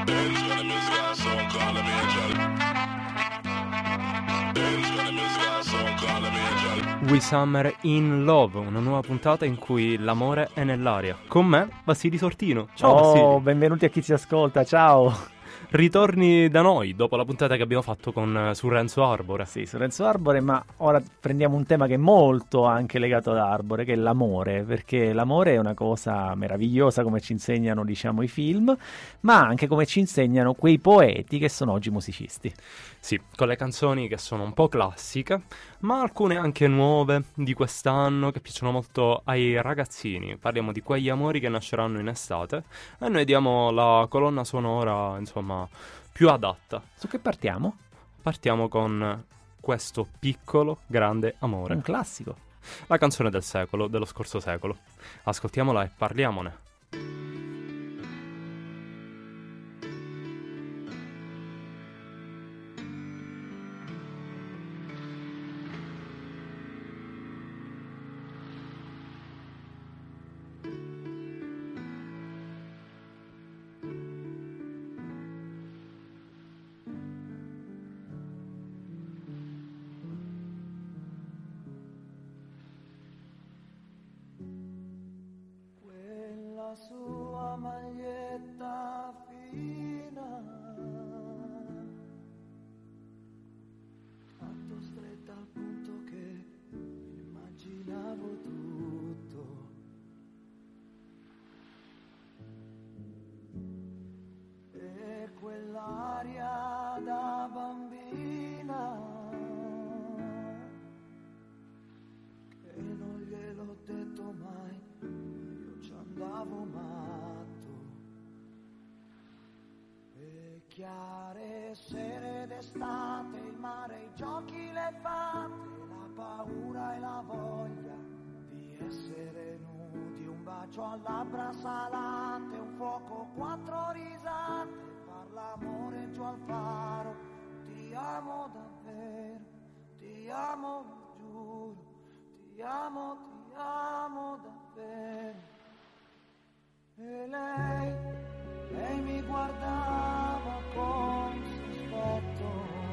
We Summer in Love, una nuova puntata in cui l'amore è nell'aria. Con me, Vasili Sortino. Ciao Vasili. Benvenuti a chi ci ascolta, ciao. Ritorni da noi dopo la puntata che abbiamo fatto su Renzo Arbore. Sì, su Renzo Arbore, ma ora prendiamo un tema che è molto anche legato ad Arbore, che è l'amore, perché l'amore è una cosa meravigliosa come ci insegnano, diciamo, i film, ma anche come ci insegnano quei poeti che sono oggi musicisti. Sì, con le canzoni che sono un po' classiche, ma alcune anche nuove di quest'anno che piacciono molto ai ragazzini. Parliamo di quegli amori che nasceranno in estate e noi diamo la colonna sonora, insomma, più adatta. Su che partiamo? Partiamo con questo piccolo grande amore. Un classico. La canzone del secolo, dello scorso secolo. Ascoltiamola e parliamone. Sua maglietta fina, tanto stretta al punto che immaginavo tutto. E quell'aria da bambina che non gliel'ho detto mai, andavo matto. E chiare sere d'estate, il mare, i giochi, le fate, la paura e la voglia di essere nudi, un bacio a labbra salate, un fuoco, 4 risate, far l'amore giù al faro. Ti amo davvero, ti amo, lo giuro, ti amo davvero. E lei mi guardava con sospetto,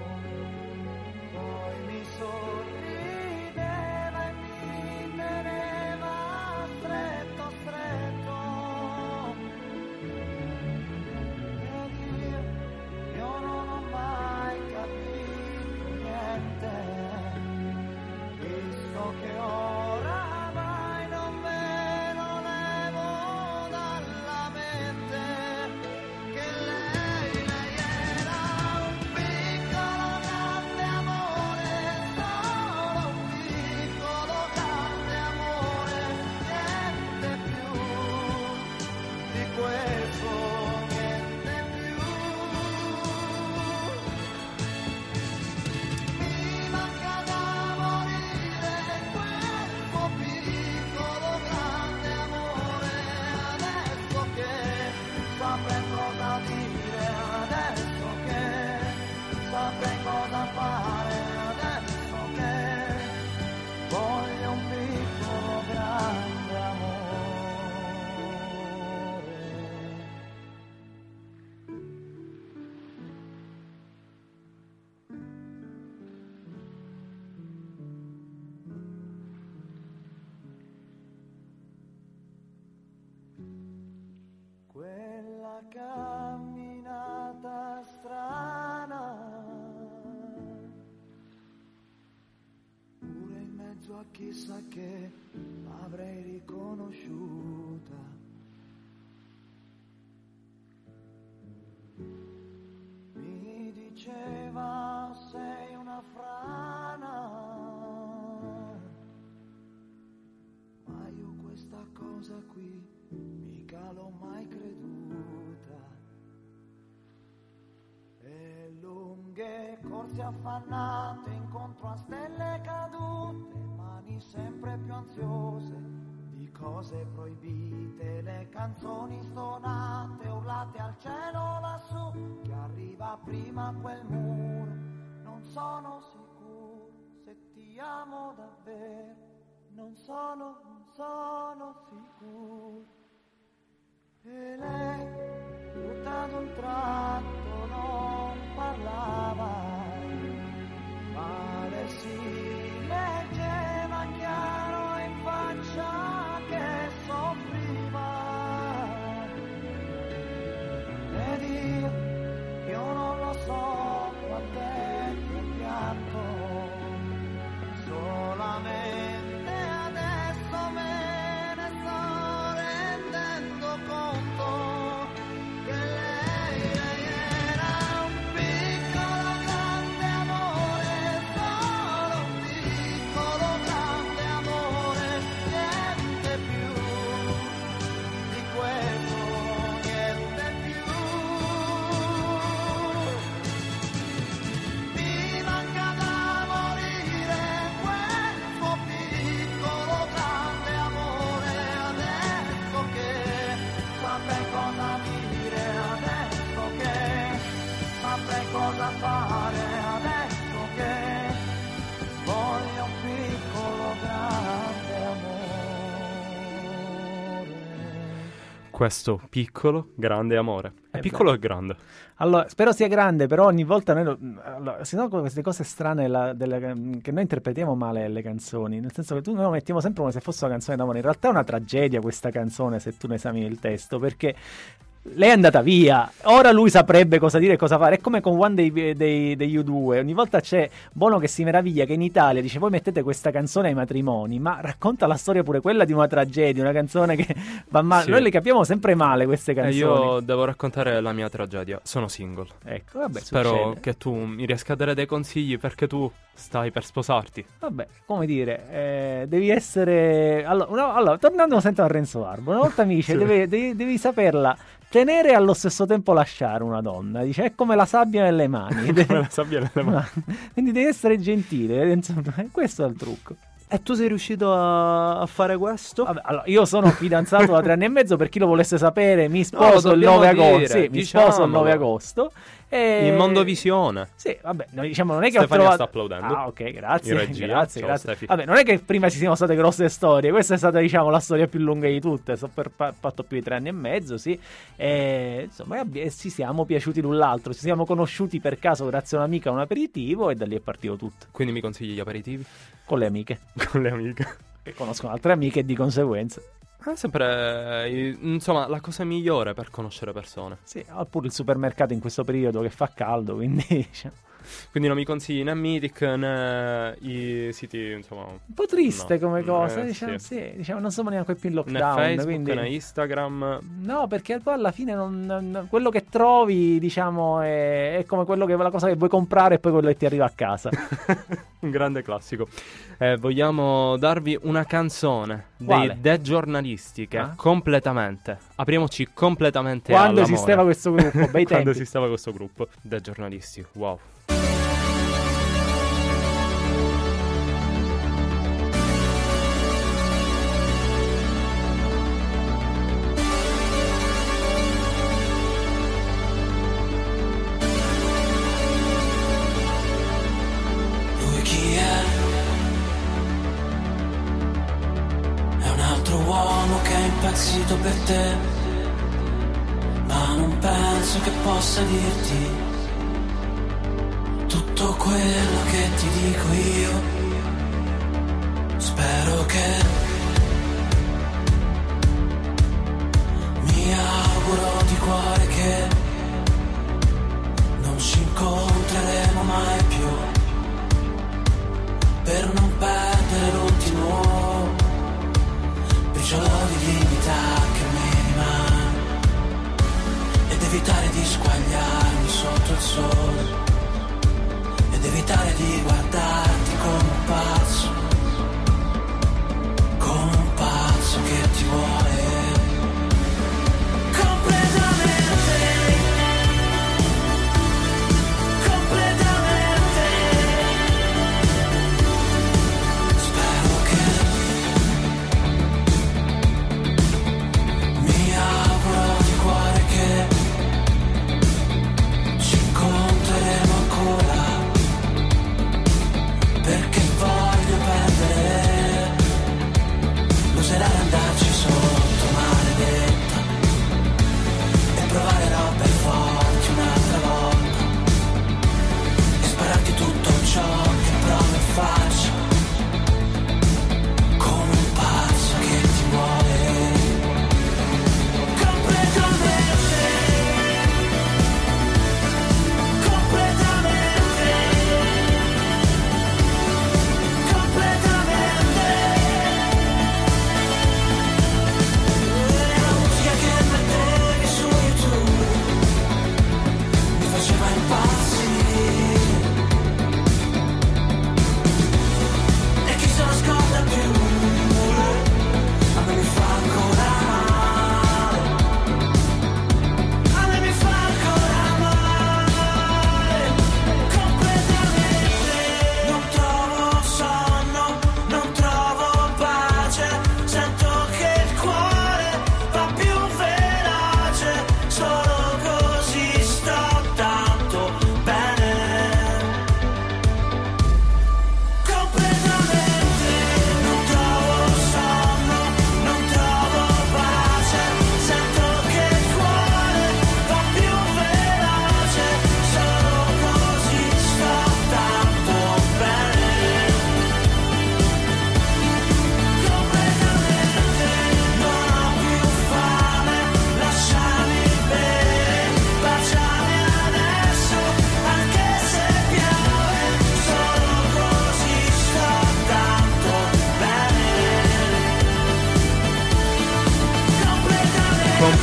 poi mi sorrideva e mi teneva stretto, stretto. Ed io non ho mai capito niente, visto che ora quella camminata strana, pure in mezzo a chissà che l'avrei riconosciuta. Mi diceva sei una frana, ma io questa cosa qui mica l'ho mai creduta. E lunghe corse affannate incontro a stelle cadute, mani sempre più ansiose di cose proibite, le canzoni stonate urlate al cielo lassù, che arriva prima quel muro. Non sono sicuro se ti amo davvero, non sono sicuro. E lei, tutta ad un tratto, saprei cosa dire adesso che saprei cosa fare adesso che voglio un piccolo grande amore. Questo piccolo, grande amore. È piccolo e grande. Allora, spero sia grande, però ogni volta noi si sono queste cose strane che noi interpretiamo male le canzoni, nel senso che noi lo mettiamo sempre come se fosse una canzone d'amore. In realtà è una tragedia questa canzone, se tu ne esamini il testo, perché lei è andata via, ora lui saprebbe cosa dire e cosa fare. È come con One degli U2, ogni volta c'è Bono che si meraviglia che in Italia dice voi mettete questa canzone ai matrimoni, ma racconta la storia pure quella di una tragedia, una canzone che va male. Sì. Noi le capiamo sempre male queste canzoni. Io devo raccontare la mia tragedia, sono single. Ecco, vabbè, Spero succede. che tu mi riesca a dare dei consigli perché tu stai per sposarti. Vabbè, come dire, devi essere... Allora, tornando sempre a Renzo Arbo, una volta mi dice, Sì. devi saperla tenere e allo stesso tempo lasciare una donna. Dice, è come la sabbia nelle mani. Come la sabbia nelle mani. Quindi devi essere gentile, insomma, questo è il trucco. E tu sei riuscito a fare questo? Vabbè, allora, io sono fidanzato da 3 anni e mezzo, per chi lo volesse sapere, mi No, lo sposo il dobbiamo 9 agosto. dire, Sì, mi sposo il diciamolo. 9 agosto. E... In Mondovisione. Sì, vabbè, noi diciamo non è che Stefania ho sta trovato... applaudendo. Ah, ok, grazie. In regia. Grazie, Ciao, grazie. Stefi. Vabbè, non è che prima ci siano state grosse storie, questa è stata, diciamo, la storia più lunga di tutte. Fatto più di 3 anni e mezzo, sì. E insomma, ci siamo piaciuti l'un l'altro. Ci siamo conosciuti per caso grazie a un'amica a un aperitivo e da lì è partito tutto. Quindi mi consigli gli aperitivi? Con le amiche, Con le amiche. che conoscono altre amiche e di conseguenza. È sempre, insomma, la cosa migliore per conoscere persone. Sì, oppure il supermercato in questo periodo che fa caldo, quindi diciamo, Quindi non mi consigli né Mythic né i siti, insomma... un po' triste No. come cosa, diciamo, Sì. sì, diciamo, non siamo neanche più in Né lockdown, Facebook quindi... né Instagram. No, perché poi alla fine quello che trovi, diciamo, è come quello che la cosa che vuoi comprare e poi quello che ti arriva a casa. Un grande classico. Vogliamo darvi una canzone Quale? dei Giornalisti che Ah? completamente, apriamoci completamente Quando all'amore. esisteva questo gruppo, bei Quando tempi. esisteva questo gruppo dei Giornalisti, wow. Lui chi è? È un altro uomo che è impazzito per te, ma non penso che possa dirti tutto quello che ti dico io. Spero che mi auguro di cuore che non ci incontreremo mai più, per non perdere l'ultimo briciolo di dignità che mi rimane, ed evitare di squagliarmi sotto il sole, ed evitare di guardarti come un pazzo che ti vuole completamente, completamente. Spero che mi auguro di cuore che ci incontreremo ancora,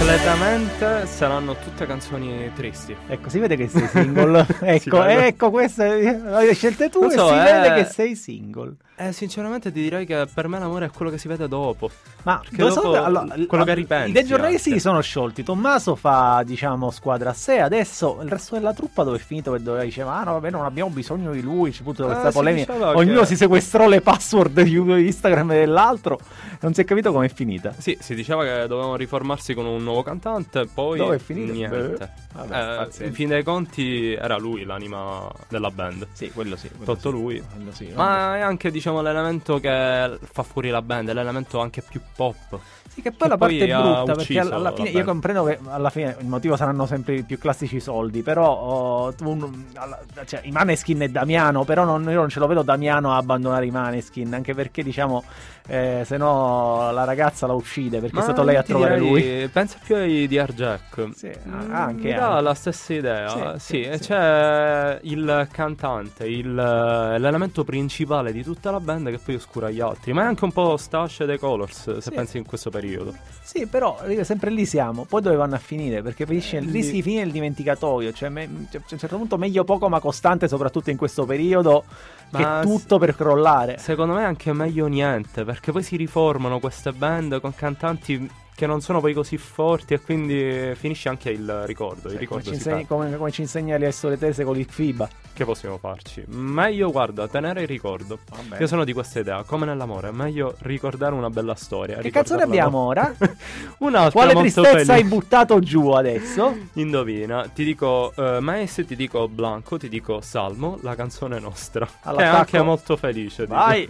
Solitamente saranno tutte canzoni tristi. Ecco, si vede che sei single. ecco, queste le scelte tue, Non so, si vede che sei single. Sinceramente ti direi che per me l'amore è quello che si vede dopo. Ma Perché dopo quello che ripensi i Dead Giornalisti anche. si sono sciolti. Tommaso fa, diciamo, squadra a sé. Adesso il resto della truppa dove è finito? Che doveva diceva, no, vabbè, non abbiamo bisogno di lui. C'è tutta questa Si polemica. diceva Ognuno che- si sequestrò le password di Instagram dell'altro. Non si è capito com'è finita. Sì, si diceva che dovevano riformarsi con un nuovo cantante, poi Dove è finito? niente. Vabbè, pazienza. In fin dei conti era lui l'anima della band. Sì, quello sì. Tolto lui. Quello sì, Ma è anche, diciamo, l'elemento che fa fuori la band, è l'elemento anche più pop. sì, che poi la poi parte è ha brutta perché ucciso alla fine la io band. comprendo che alla fine il motivo saranno sempre i più classici soldi, però cioè, i Maneskin e Damiano, però io non ce lo vedo Damiano a abbandonare i Maneskin, anche perché diciamo se no la ragazza la uccide perché è stato lei a ti trovare direi, lui. Pensa più ai DR Jack. Sì, anche, Mi dà anche. la stessa idea. Sì, Sì, sì. c'è il cantante, l'elemento principale di tutta la band che poi oscura gli altri. Ma è anche un po' Stash e The Colors, se Sì. pensi in questo periodo. Sì, però sempre lì siamo. Poi dove vanno a finire? Perché finisce, lì si finisce il dimenticatoio. Cioè, a un certo punto meglio poco ma costante, soprattutto in questo periodo, Ma che tutto per crollare. Secondo me è anche meglio niente, perché poi si riformano queste band con cantanti che non sono poi così forti e quindi finisce anche il ricordo. Il Come ricordo ci, si insegni, perde. come ci insegna le Tese con il FIBA. Che possiamo farci? Meglio, guarda, tenere il ricordo. Vabbè. Io sono di questa idea, come nell'amore, è meglio ricordare una bella storia. Che canzone ricordarla abbiamo ora? Un'altra Quale molto tristezza hai felice. buttato giù adesso? Indovina, ti dico Maes, ti dico Blanco, ti dico Salmo, la canzone nostra. Che è All'attacco. anche molto felice. dico. Vai!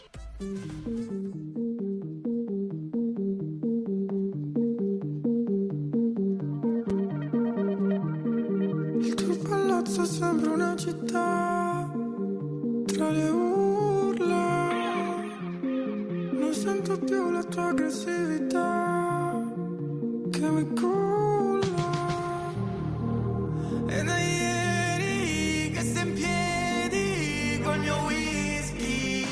Il tuo palazzo sembra una città tra le urla. Non sento più la tua aggressività che mi culla. E da ieri che sei in piedi col mio whisky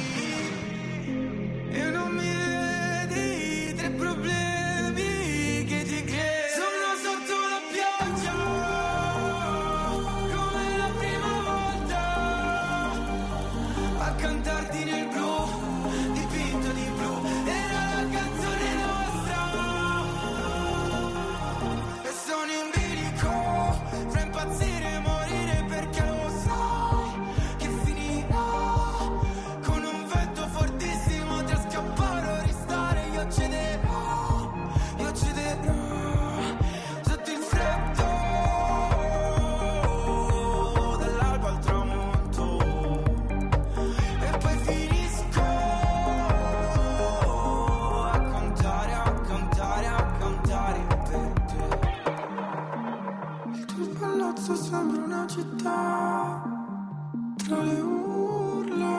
e non mi vedi tre problemi che ti crei. Sono sotto la pioggia come la prima volta a cantarti nel blu dipinto di blu. Era la canzone nostra e sono in bilico fra impazzire e morire perché lo sai che finirà con un vento fortissimo tra scappare o restare. Io cederò sotto il freddo dall'alba al tramonto e poi finisco a cantare per te. Il tuo palazzo sembra una città tra le urla.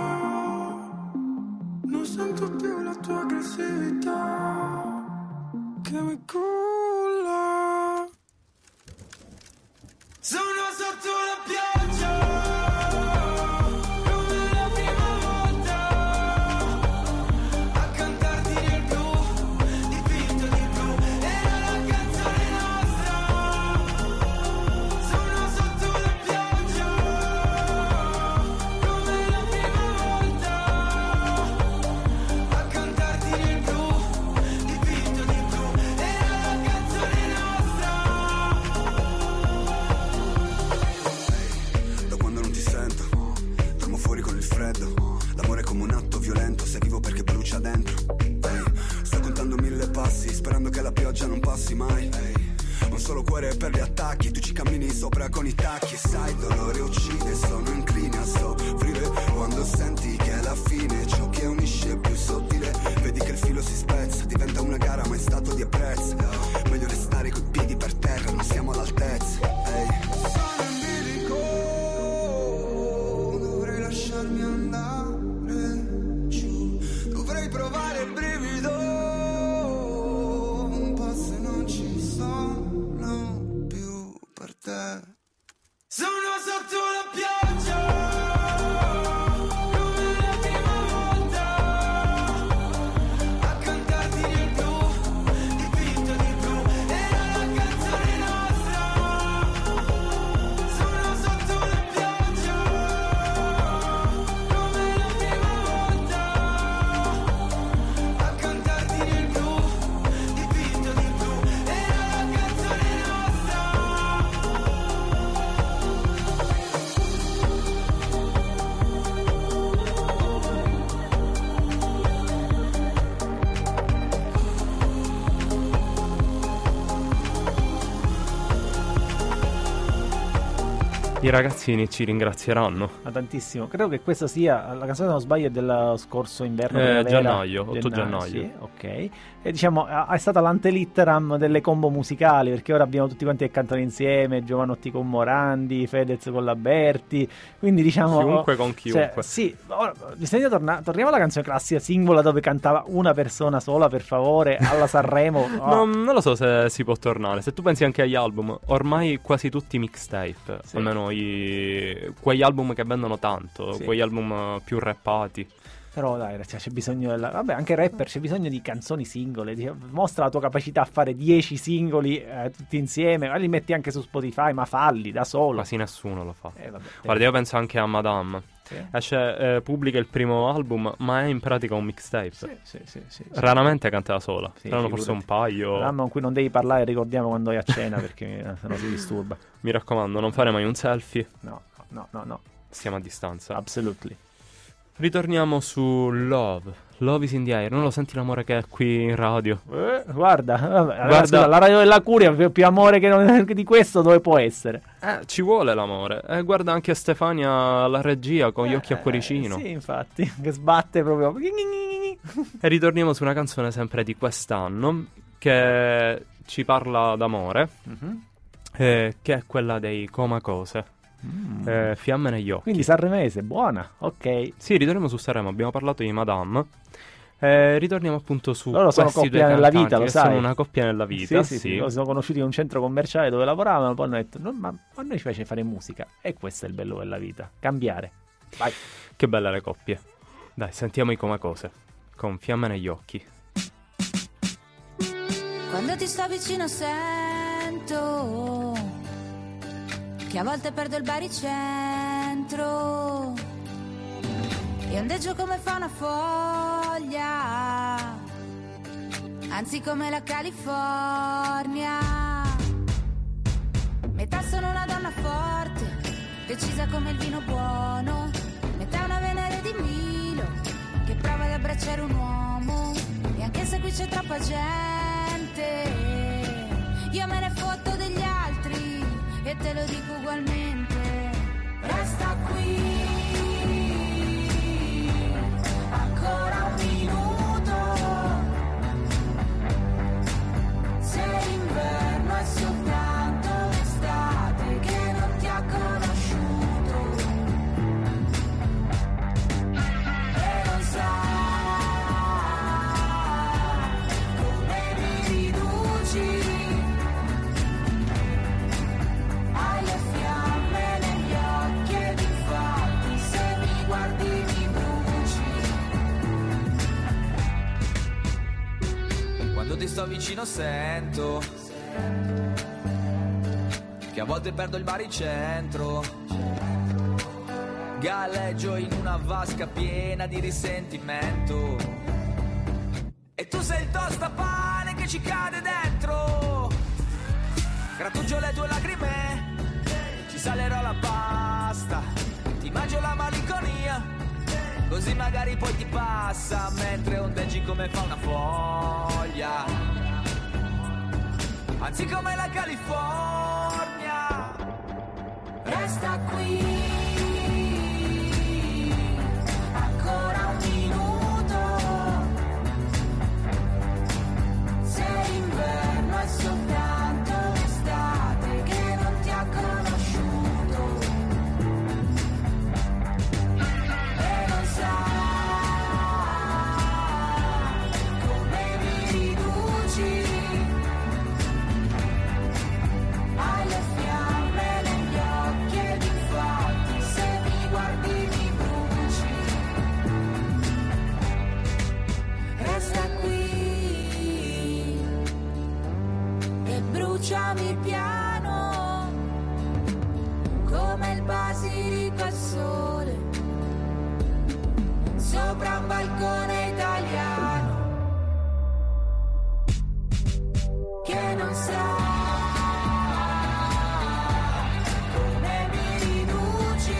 Non sento più la tua aggressività che mi culla. Sono sotto la pioggia come la prima volta a cantarti nel blu dipinto di blu. Era la canzone nostra. Sono sotto la pioggia come la prima volta a cantarti nel blu dipinto di blu. Era la canzone nostra. Da quando non ti sento, dormo fuori con il freddo. L'amore è come un atto violento, se vivo perché brucia dentro. Ehi, sto contando 1000 passi, sperando che la pioggia non passi mai. Ehi, ho un solo cuore per gli attacchi, tu ci cammini sopra con i tacchi. E sai, il dolore uccide, sono incline a soffrire quando senti che è la fine. Ciò che unisce è più sottile, vedi che il filo si spezza, diventa una gara ma è stato di apprezzo. Meglio restare coi piedi per terra, non siamo all'altezza. Ehi, sono in bilico, dovrei lasciarmi andare giù, dovrei provare il brivido un po' se non ci sono più per te. Sono sotto la pioggia come la prima volta a cantarti nel blu dipinto di blu. Era la I ragazzini ci ringrazieranno. Ma tantissimo. Credo che questa sia, la canzone se non sbaglio è dello scorso inverno, primavera. Gennaio, 8 gennaio. Sì, ok. E diciamo è stata l'antelitteram delle combo musicali, perché ora abbiamo tutti quanti che cantano insieme, Giovanotti con Morandi, Fedez con Laberti, quindi diciamo chiunque con chiunque. Cioè, sì, ora bisogna torniamo alla canzone classica singola dove cantava una persona sola, per favore, alla Sanremo. Non lo so se si può tornare. Se tu pensi anche agli album, ormai quasi tutti mixtape, Sì. almeno quegli album che vendono tanto, Sì. quegli album più rappati. Però dai, cioè, c'è bisogno vabbè, anche rapper, c'è bisogno di canzoni singole. Mostra la tua capacità a fare 10 singoli tutti insieme, ma li metti anche su Spotify, ma falli da solo. Quasi nessuno lo fa. Vabbè, Guarda, io penso anche a Madame. sì. Pubblica il primo album, ma è in pratica un mixtape. Sì. Raramente canta da sola. Sì, Saranno forse un figurati. paio. Mamma con cui non devi parlare, ricordiamo quando vai a cena, perché sennò si disturba. Mi raccomando, non fare mai un selfie. No. Stiamo a distanza. Absolutely. Ritorniamo su Love. Love is in the air. Non lo senti l'amore che è qui in radio? Guarda, vabbè, Guarda. scusa, la radio della Curia, più amore che di questo dove può essere? Ci vuole l'amore. Guarda anche Stefania, la regia, con gli occhi a cuoricino. Sì, infatti, che sbatte proprio. E ritorniamo su una canzone sempre di quest'anno che ci parla d'amore, che è quella dei Comacose. Fiamme negli occhi. Quindi sanremese, buona, ok. Sì, ritorniamo su Sanremo, abbiamo parlato di Madame. Ritorniamo appunto su Loro sono questi coppia due nella cantanti vita, lo che sai. sono una coppia nella vita. Sì. Loro si sono conosciuti in un centro commerciale dove lavoravano, poi hanno detto ma a noi ci piace fare musica. E questo è il bello della vita, cambiare. Vai. Che belle le coppie. Dai, sentiamo i Comacose con Fiamme negli occhi. Quando ti sto vicino sento che a volte perdo il baricentro e ondeggio come fa una foglia, anzi come la California. Metà sono una donna forte, decisa come il vino buono, metà una Venere di Milo che prova ad abbracciare un uomo. E anche se qui c'è troppa gente, io me ne fotto degli altri e te lo dico ugualmente. Resta qui ancora un minuto, se l'inverno è soltanto l'estate che non ti ha conosciuto e non sai come mi riduci. Hai le fiamme negli occhi ed infatti se mi guardi mi bruci. Quando ti sto vicino sento che a volte perdo il baricentro, galleggio in una vasca piena di risentimento e tu sei il tostapane che ci cade dentro. Grattugio le tue lacrime, ci salerò la pasta, ti mangio la malinconia, così magari poi ti passa, mentre ondeggi come fa una foglia, anzi come la California. Resta qui ancora un minuto, se l'inverno è soltanto l'estate che non ti ha conosciuto e non sai come mi riduci. Hai le fiamme negli occhi ed infatti se mi guardi mi bruci. Resta qui e bruciami piano come il basilico al sole sopra un balcone italiano che non sa come mi riduci.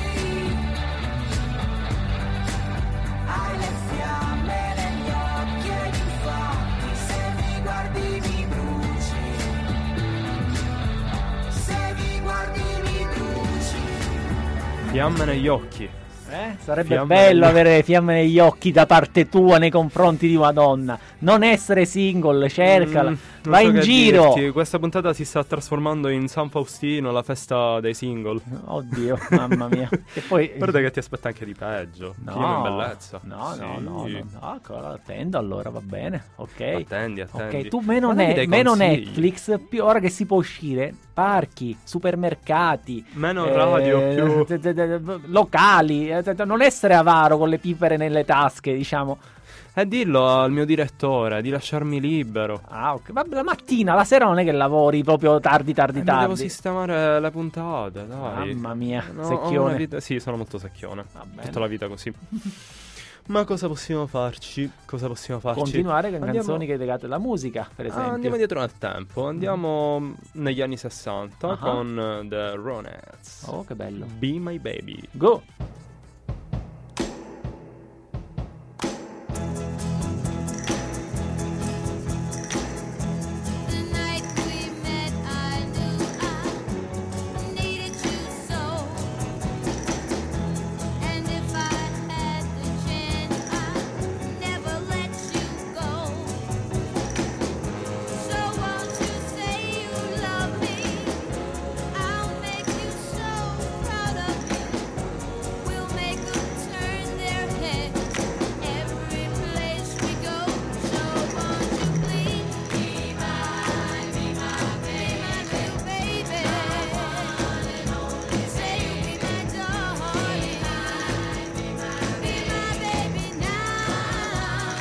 Hai le fiamme negli occhi ed infatti se mi guardi mi bruci. Se mi guardi mi bruci. Fiamme negli occhi. Sarebbe Fiamme bello negli- avere fiamme negli occhi da parte tua nei confronti di Madonna. Non essere single, cercala. Non Vai so in che giro. dirti, questa puntata si sta trasformando in San Faustino, la festa dei single. Oddio, mamma mia. E poi Guarda che ti aspetta anche di peggio. Fino in bellezza. No, Sì. no. Attendo allora, va bene. Ok. Attendi. Ok, tu meno, Ma dammi dei meno consigli. Netflix, più ora che si può uscire, parchi, supermercati, Meno radio, più... locali, non essere avaro con le pipere nelle tasche, diciamo. dillo al mio direttore di lasciarmi libero. Ah, ok. Vabbè, la mattina, la sera non è che lavori proprio tardi. Mi devo sistemare le puntate, dai. Mamma mia, No, ho secchione. una vita- Sì, sono molto secchione. Va bene. Tutta la vita così. Ma cosa possiamo farci? Continuare con Andiamo- canzoni che legate alla musica, per esempio. Andiamo dietro nel tempo. Andiamo negli anni 60 Ah. con The Ronettes. Oh, che bello. Be My Baby. Go! The night we met, I knew I needed you so. And if I had the chance, I'd never let you go. So won't you say you love me? I'll make you so proud of me. We'll make them turn their heads every place we go. So won't you please be my little baby? Say you'll be my darling. Be my baby now.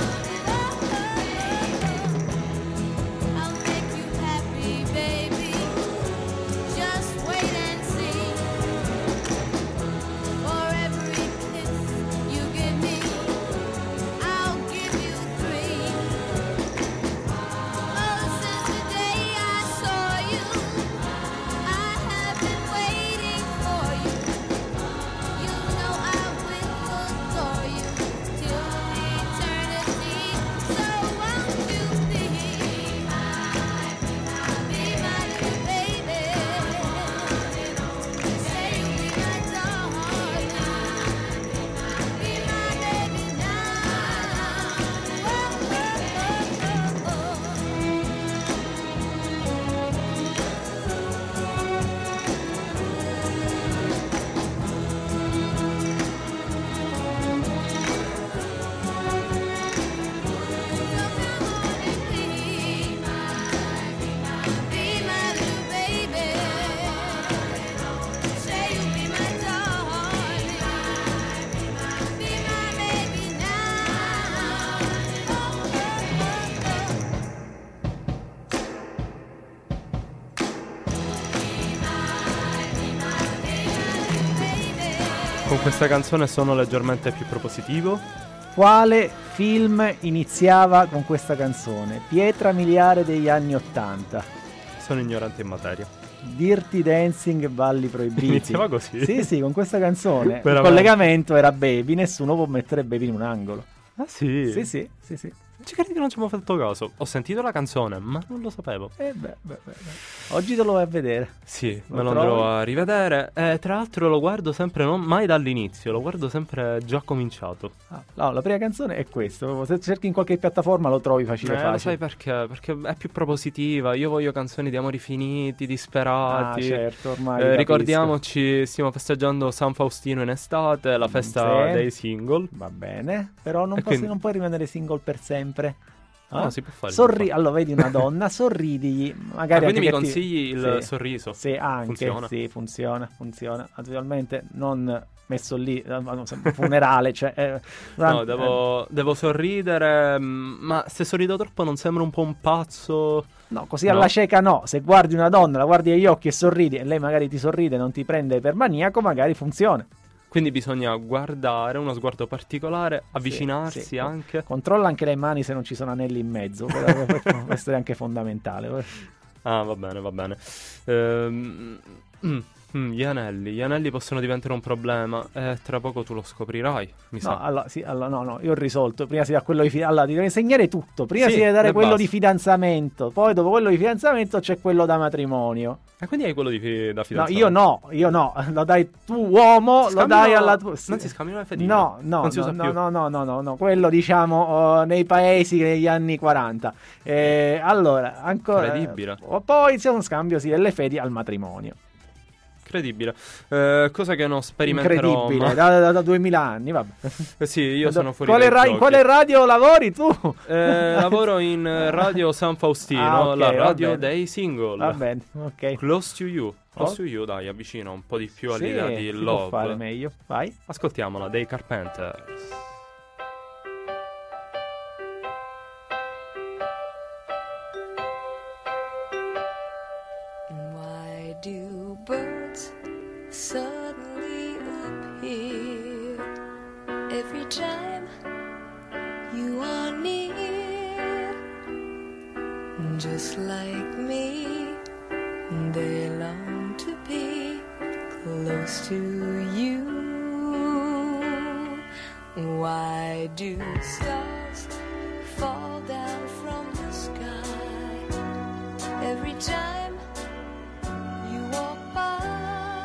I'll make you happy, baby. Just wait and see. For every kiss you give me, I'll give you 3. Oh, since the day I saw you, I have been waiting for you. You know I will adore you till eternity. So won't you be my little baby? Say you'll be my darling. Be my baby now. Be my little baby. Say you'll be my darling. Be my baby now. Con questa canzone sono leggermente più propositivo. Quale film iniziava con questa canzone? Pietra miliare degli anni '80. Sono ignorante in materia. Dirty Dancing e balli proibiti. Iniziava così? Sì, con questa canzone. Il Veramente? collegamento era Baby, nessuno può mettere Baby in un angolo. Ah sì? Sì. Ci credi che non ci abbiamo fatto caso? Ho sentito la canzone, ma non lo sapevo. Beh. Oggi te lo vai a vedere. Sì, Lo me lo trovi? andrò a rivedere. Tra l'altro lo guardo sempre, non mai dall'inizio, lo guardo sempre già cominciato. No, la prima canzone è questa. Se cerchi in qualche piattaforma lo trovi facile. Lo sai perché? Perché è più propositiva. Io voglio canzoni di amori finiti, disperati. Ah, certo, ormai capisco. Ricordiamoci, stiamo festeggiando San Faustino in estate, la festa Sì. dei single. Va bene, però non, E quindi- non puoi rimanere single per sempre. No, si può fare, si può fare. Allora, vedi una donna, sorridigli. Magari quindi mi anche che consigli il sì. sorriso? Sì, anche. Funziona? Sì, funziona. Naturalmente non messo lì, funerale, cioè... No, devo sorridere, ma se sorrido troppo non sembra un po' un pazzo? No, così No. alla cieca no. Se guardi una donna, la guardi agli occhi e sorridi, e lei magari ti sorride, non ti prende per maniaco, magari funziona. Quindi bisogna guardare, uno sguardo particolare, avvicinarsi sì. anche. Controlla anche le mani se non ci sono anelli in mezzo, questo è anche fondamentale. Ah, va bene. Gli anelli possono diventare un problema e tra poco tu lo scoprirai, mi No, sa. allora, no, io ho risolto. Prima si dà quello di fidanzamento. Allora, ti devo insegnare tutto. Prima Sì, si deve dare le quello basi. di fidanzamento. Poi, dopo quello di fidanzamento, c'è quello da matrimonio. E quindi hai quello da No, fidanzamento? io no. Lo dai tu, uomo, lo dai alla tua. Non si scambiano le fedine? No, Non si usa più? no. Quello diciamo nei paesi degli anni 40. Allora, ancora. Incredibile. Poi c'è uno scambio delle fedi al matrimonio. Incredibile. Cosa che non sperimenterò Incredibile, mai. da 2000 anni, vabbè. Sì, io sono fuori Quale, dai giochi. quale radio lavori tu? Lavoro in Radio San Faustino, Ok, la va radio bene. dei single. Va bene, ok. Close to You. Close Oh. to You, dai, avvicina un po' di più Sì, all'idea di si può love. fare meglio, vai. Ascoltiamola, dei Carpenters. Why do birds suddenly appear every time you are near? Just like me, they long to be close to you. Why do stars fall down from the sky every time you walk by?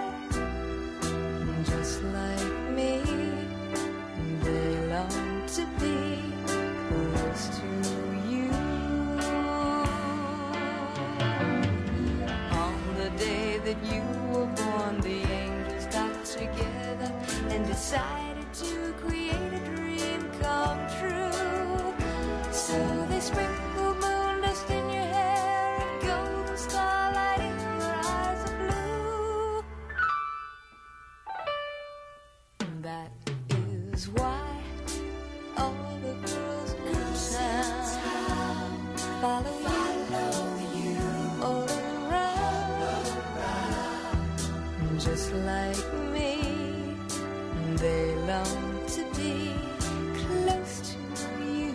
Just like me, they long to be close to you. On the day that you were born, the angels got together and decided to create a dream come true. So they sprinkled moon dust in your hair and golden starlight in your eyes of blue. That is why all the girls in town follow you all around. Just like me, they long to be close to you.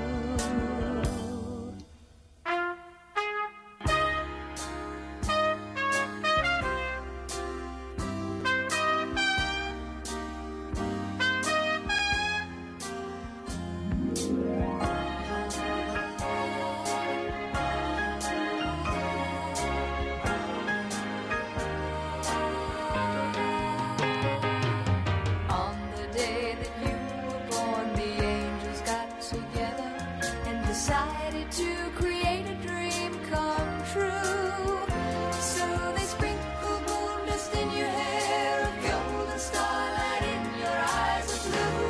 On the day that you were born, the angels got together and decided to create a dream come true. So they sprinkled moon dust in your hair, a golden starlight in your eyes of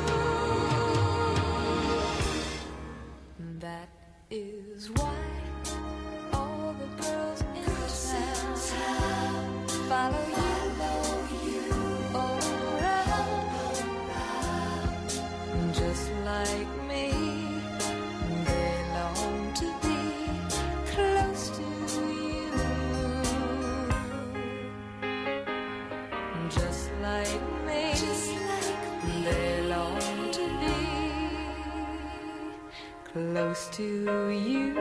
blue. That is why all the girls in town follow you all around. Just like me, they long to be close to you. Just like me, they long to be close to you.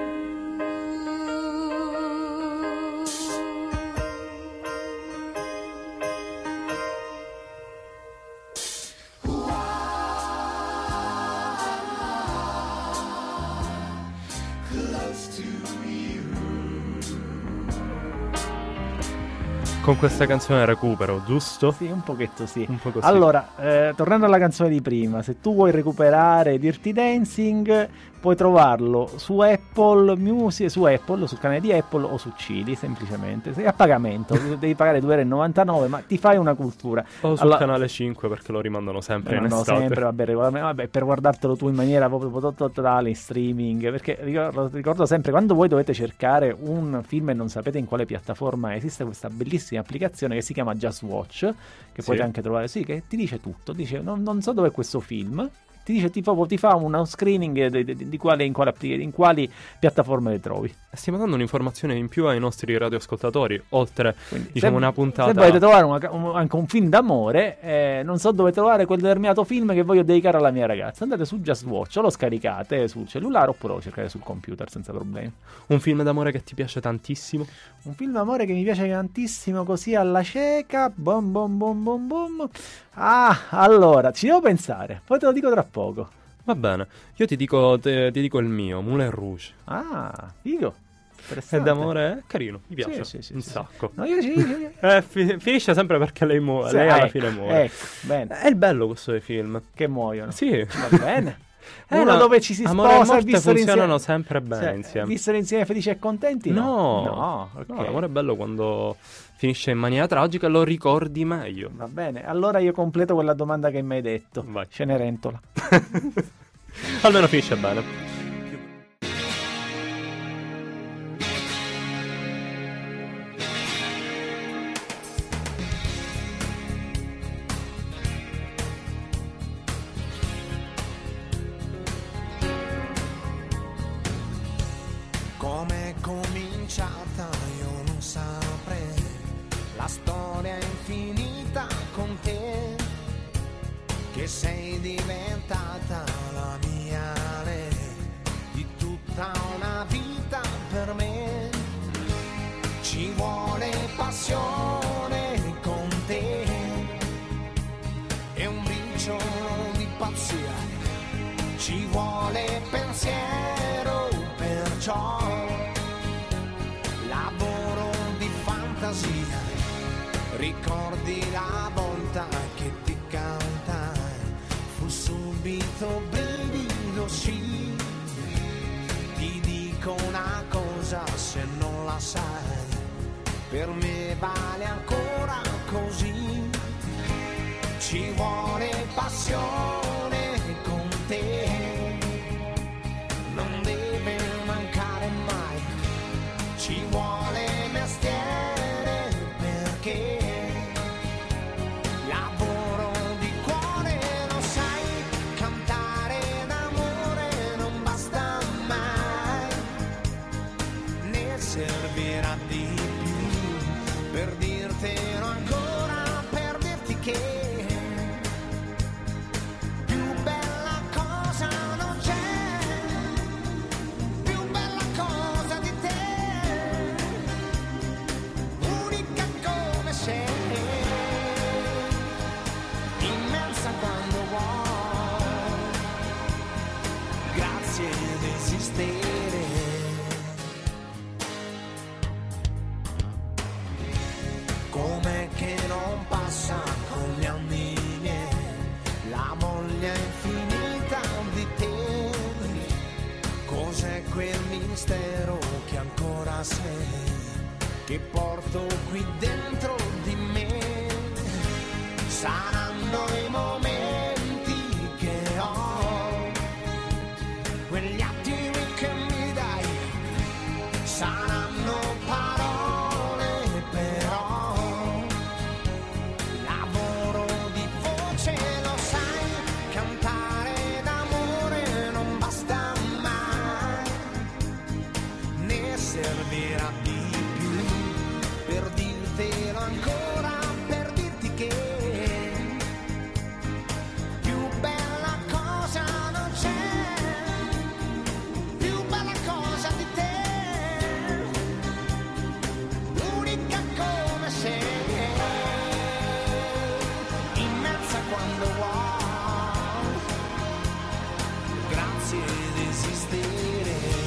Con questa canzone recupero, giusto? Sì, un pochetto sì. Un po' così. Allora, tornando alla canzone di prima, se tu vuoi recuperare Dirty Dancing, puoi trovarlo su Apple Music, sul canale di Apple o su CD, semplicemente. Sei a pagamento, devi pagare 2,99 €, ma ti fai una cultura. O sul canale 5 perché lo rimandano sempre in estate. Sempre, vabbè, per guardartelo tu in maniera proprio totale in streaming, perché ricordo sempre, quando voi dovete cercare un film e non sapete in quale piattaforma esiste questa bellissima applicazione che si chiama Just Watch, che Sì. potete anche trovare, sì, che ti dice tutto, dice non so dov'è questo film, ti dice ti fa uno screening di in quali piattaforme le trovi. Stiamo dando un'informazione in più ai nostri radioascoltatori, oltre Quindi, diciamo se, una puntata. Se volete trovare anche un film d'amore, non so dove trovare quel determinato film che voglio dedicare alla mia ragazza, andate su Just Watch, o lo scaricate sul cellulare oppure lo cercate sul computer senza problemi. Un film d'amore che ti piace tantissimo? Un film d'amore che mi piace tantissimo, così alla cieca. Bom bom bom bom bom. Allora, ci devo pensare, poi te lo dico tra poco. Va bene, io ti dico il mio, Moulin Rouge. Figo. È d'amore? È carino, mi piace sì, un sacco. No, Finisce sempre perché lei muore, lei alla fine muore. Ecco, bene. È il bello questo dei film. Che muoiono. Sì. Va bene. Uno dove ci si amore sposa e morte funzionano insieme. sempre bene insieme. Vissero insieme felici e contenti? No, okay. L'amore è bello quando finisce in maniera tragica, lo ricordi meglio. Va bene, allora io completo quella domanda che mi hai detto. Vai. Cenerentola. Almeno finisce bene. Com'è cominciata io non saprei, la storia è infinita con te, che sei diventata la mia lei, di tutta una vita per me. Ci vuole passione con te e un briciolo di pazzia, ci vuole pensiero, perciò lavoro di fantasia. Ricordi la volta che ti cantai, fu subito brivido, sì. Ti dico una cosa, se non la sai, per me vale ancora così. Ci vuole passione con te, non deve mancare mai. Ci vuole mestiere perché lavoro di cuore, lo sai, cantare d'amore non basta mai, ne servirà di più per dirtelo ancora, per dirti che com'è che non passa con gli anni miei la voglia infinita di te. Cos'è quel mistero che ancora sei, che porto qui dentro di me? Saranno i momenti che ho, quegli attimi che mi dai, saranno parole però, lavoro di voce, lo sai, cantare d'amore non basta mai, ne servirà di più per dirtelo ancora, per dirti che più bella cosa non c'è, più bella cosa di te, unica come sei, immensa quando vuoi, grazie di esistere.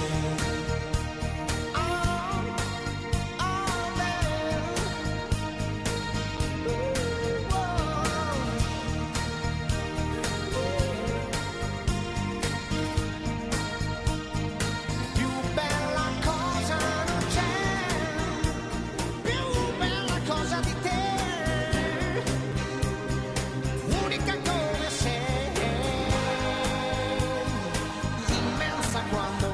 Più bella cosa non c'è, più bella cosa di te, unica come sei, immensa quando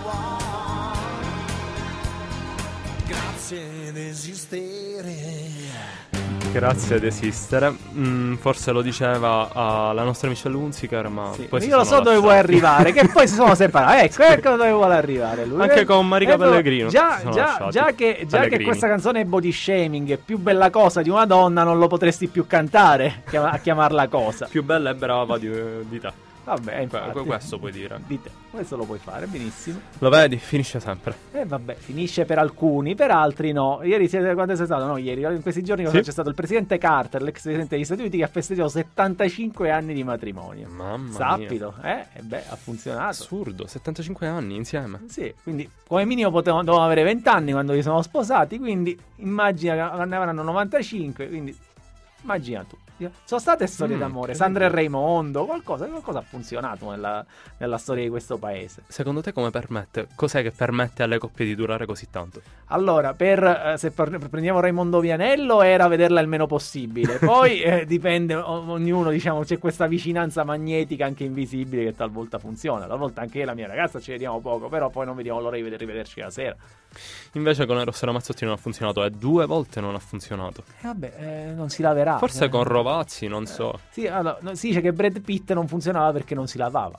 vuoi, grazie di esistere. Grazie ad esistere. Forse lo diceva la nostra Michelle Hunziker, ma Sì, poi si io lo sono so dove vuoi lasciati. arrivare, che poi si sono separati. Ecco dove vuole arrivare lui. Anche con Marica Ecco, Pellegrino si Già, sono già, lasciati. già che Pellegrini. questa canzone è body shaming, è più bella cosa di una donna, non lo potresti più cantare a chiamarla cosa. Più bella e brava di te. Vabbè, infatti. Questo puoi dire. Di te. Questo lo puoi fare, benissimo. Lo vedi? Finisce sempre. E vabbè, finisce per alcuni, per altri no. Ieri, quando sei stato? No, ieri, in questi giorni Sì. c'è stato il presidente Carter, l'ex presidente degli Stati Uniti, che ha festeggiato 75 anni di matrimonio. Mamma Sappilo, mia. E beh, ha funzionato. Assurdo, 75 anni insieme. Sì, quindi come minimo dovevano avere 20 anni quando si sono sposati, quindi immagina che ne avranno 95, quindi immagina tu. Sono state storie d'amore, Sandra e Raimondo, qualcosa ha funzionato nella storia di questo paese. Secondo te come permette? Cos'è che permette alle coppie di durare così tanto? Allora, se prendiamo Raimondo Vianello, era vederla il meno possibile. Poi dipende, ognuno, diciamo, c'è questa vicinanza magnetica anche invisibile che talvolta funziona. Talvolta anche io e la mia ragazza ci vediamo poco, però poi non vediamo l'ora di rivederci la sera. Invece con Eros Ramazzotti non ha funzionato, e 2 volte non ha funzionato. Vabbè, non si laverà. Forse con Rovazzi, non so. Sì, allora, si dice che Brad Pitt non funzionava perché non si lavava.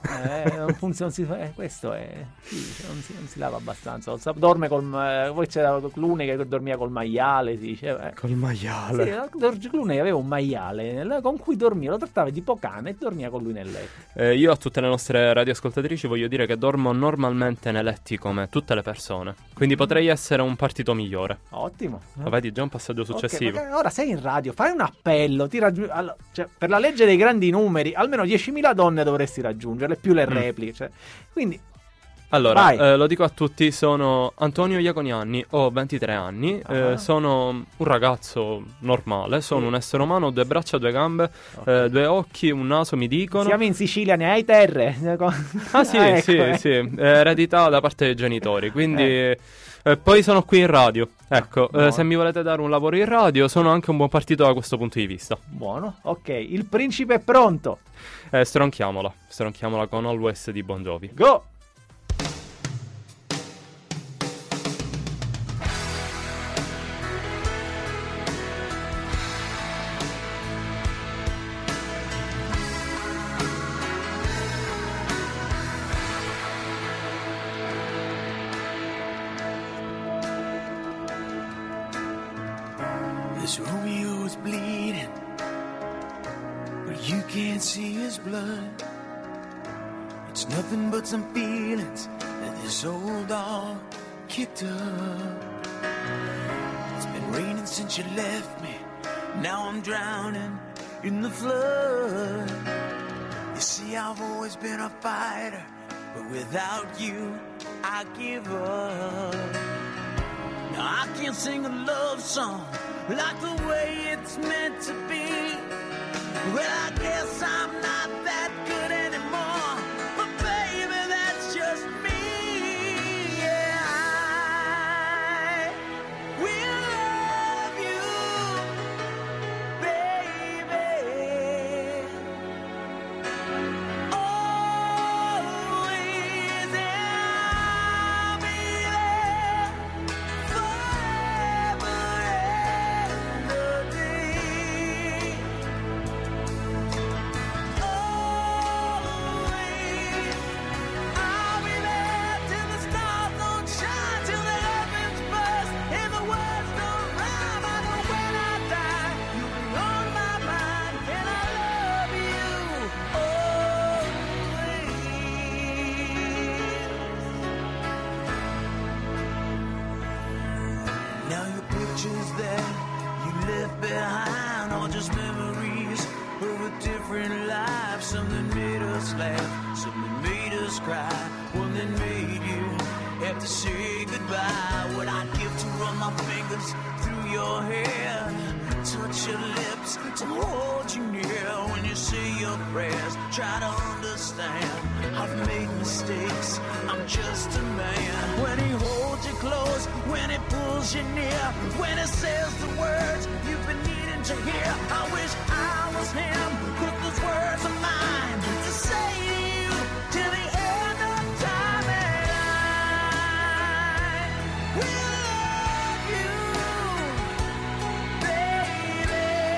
Questo è. Sì, non si lava abbastanza. Dorme poi c'era Clooney che dormia col maiale. Si diceva. Col maiale. Sì, Clooney aveva un maiale con cui dormiva, lo trattava tipo cane e dormia con lui nel letto. Io a tutte le nostre radioascoltatrici voglio dire che dormo normalmente nei letti come tutte le persone. Quindi potrei essere un partito migliore. Ottimo. Lo vedi, già un passaggio successivo. Okay, ora sei in radio, fai un appello. Cioè, per la legge dei grandi numeri, almeno 10.000 donne dovresti raggiungerle, più le repliche. Cioè. Quindi. Allora, lo dico a tutti, sono Antonio Iaconianni, ho 23 anni, sono un ragazzo normale, sono un essere umano, ho 2 braccia, 2 gambe, 2 occhi, un naso, mi dicono. Siamo in Sicilia, ne hai terre? Ah sì, ecco, sì, eredità da parte dei genitori, quindi... poi sono qui in radio, ecco, se mi volete dare un lavoro in radio sono anche un buon partito da questo punto di vista. Buono, ok, il principe è pronto. Stronchiamola con Always di Bon Jovi. Go! This Romeo is bleeding, but you can't see his blood. It's nothing but some feelings that this old dog kicked up. It's been raining since you left me, now I'm drowning in the flood. You see, I've always been a fighter, but without you, I give up. Now I can't sing a love song like the way it's meant to be. Well, I guess I'm not that good anymore, but baby, that's just me. Yeah, I will love you, baby. Always, I'll be there forever and a day. Always, I'll be there till the stars don't shine, till the heavens burst and the words don't rhyme. I know when I die, you'll be on my mind, and I love you always. Now your picture's there, you left behind, all just memories of a different life. Something made us laugh, something made us cry, one that made you have to say goodbye. What I'd give to run my fingers through your hair, touch your lips, to hold you near when you say your prayers. Try to understand, I've made mistakes, I'm just a man. When he holds you close, when he pulls you near, when he says the words you've been needing to hear, I wish I was him, put those words of mine to say to you till the end of time. And I will love you, baby.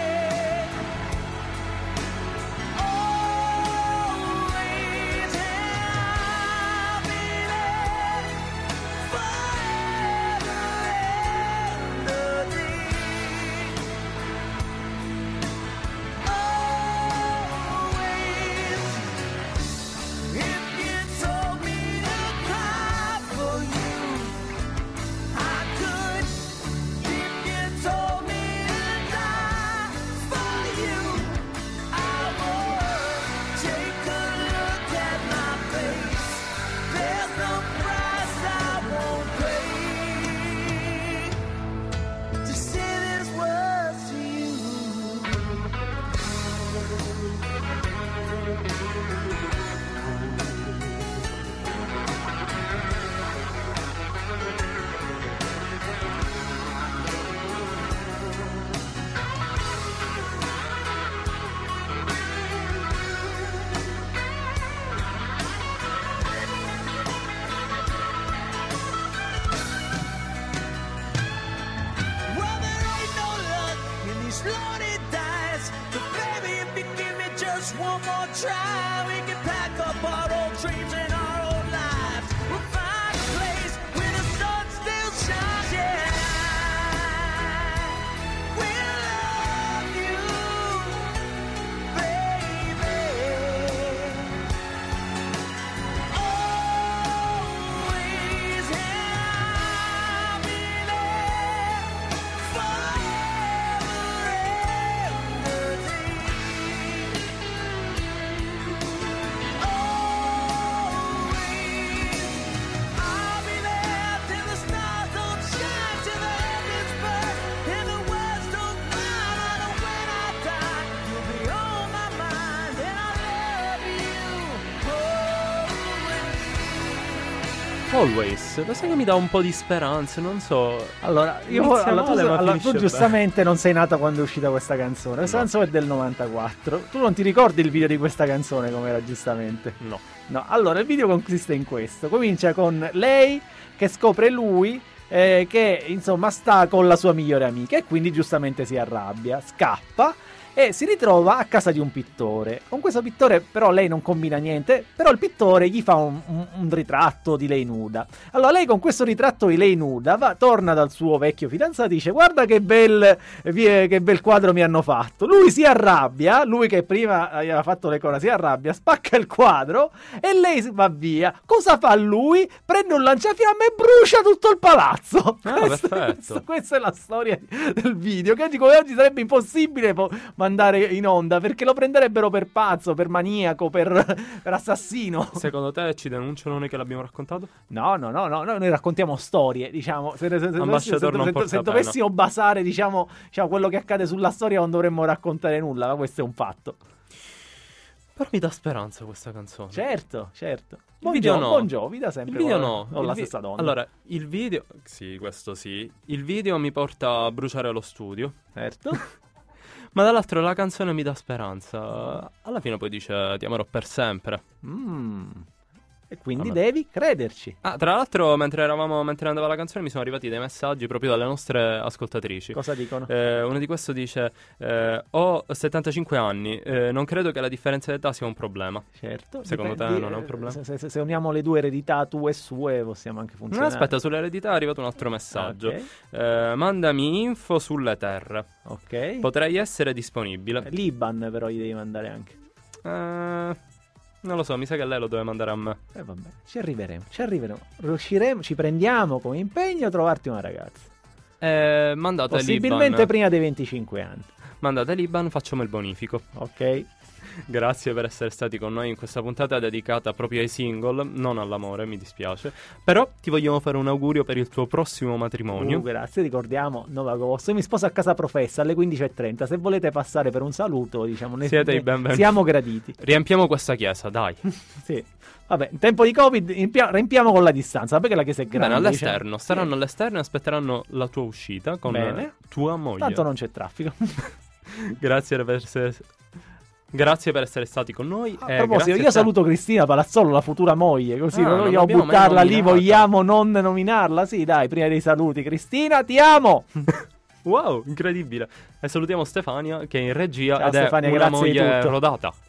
slowly dies. But baby, if you give me just one more try, we can pack up our old dreams and our old lives. We'll find a place where the sun still shines. Yeah, we'll love you, baby. Always have me there forever and a day. Always, I'll be there till the stars don't shine, till the heavens burn and the words don't cry. And when I die, you'll be on my mind, and I love you Always. Lo sai che mi dà un po' di speranza, non so. Allora, Inizia male, ma tu finisce giustamente non sei nata quando è uscita questa canzone. Questa No. canzone è del 94. Tu non ti ricordi il video di questa canzone com'era giustamente? No. No, allora il video consiste in questo. Comincia con lei che scopre lui che insomma sta con la sua migliore amica e quindi giustamente si arrabbia, scappa e si ritrova a casa di un pittore. Con questo pittore però lei non combina niente, però il pittore gli fa un ritratto di lei nuda. Allora lei con questo ritratto di lei nuda torna dal suo vecchio fidanzato e dice: guarda che bel quadro mi hanno fatto. Lui si arrabbia, lui che prima aveva fatto le cose si arrabbia, spacca il quadro e lei va via. Cosa fa lui? Prende un lanciafiamme e brucia tutto il palazzo. Perfetto. Questa è la storia del video, che oggi come oggi sarebbe impossibile mandare in onda, perché lo prenderebbero per pazzo, per maniaco, per assassino. Secondo te ci denunciano noi che l'abbiamo raccontato? No, noi raccontiamo storie, diciamo, se Ambasciatore non porta pena. dovessimo basare, diciamo quello che accade sulla storia non dovremmo raccontare nulla, ma questo è un fatto. Però mi dà speranza questa canzone. Certo. Il video no. Bon Jovi da sempre. Il video no. Ho la stessa donna. Allora, il video... Sì, questo sì. Il video mi porta a bruciare lo studio. Certo. Ma dall'altro la canzone mi dà speranza. Alla fine poi dice ti amerò per sempre. E quindi Vabbè. devi crederci. Ah, tra l'altro mentre andava la canzone mi sono arrivati dei messaggi proprio dalle nostre ascoltatrici. Cosa dicono? Uno di questi dice ho 75 anni, non credo che la differenza d'età sia un problema. Certo. Secondo te non è un problema? Se uniamo le due eredità tue e sue possiamo anche No, funzionare. aspetta, sull'eredità è arrivato un altro messaggio. Ok. Mandami info sulle terre. Ok. Potrei essere disponibile. L'Iban però gli devi mandare anche. Non lo so, mi sa che lei lo deve mandare a me. Vabbè, ci arriveremo. Riusciremo, ci prendiamo come impegno a trovarti una ragazza. Mandate Possibilmente l'Iban. prima dei 25 anni. Mandate l'Iban, facciamo il bonifico. Ok. Grazie per essere stati con noi in questa puntata dedicata proprio ai single, non all'amore, mi dispiace. Però ti vogliamo fare un augurio per il tuo prossimo matrimonio. Grazie, ricordiamo 9 agosto. Io mi sposo a casa professa alle 15:30. Se volete passare per un saluto, diciamo, Siete i benvenuti. siamo graditi. Riempiamo questa chiesa, dai. Sì. Vabbè, in tempo di Covid riempiamo con la distanza, perché la chiesa è grande. Bene, all'esterno, diciamo. staranno all'esterno e aspetteranno la tua uscita con Bene. tua moglie. Tanto non c'è traffico. Grazie per essere stati con noi. A proposito, io saluto Cristina Palazzolo, la futura moglie, così non non vogliamo l'abbiamo mai buttarla lì, nominata. vogliamo non nominarla? Sì, dai, prima dei saluti. Cristina, ti amo! Wow, incredibile. E salutiamo Stefania che è in regia Ciao, ed Stefania, è una grazie di moglie tutto. rodata.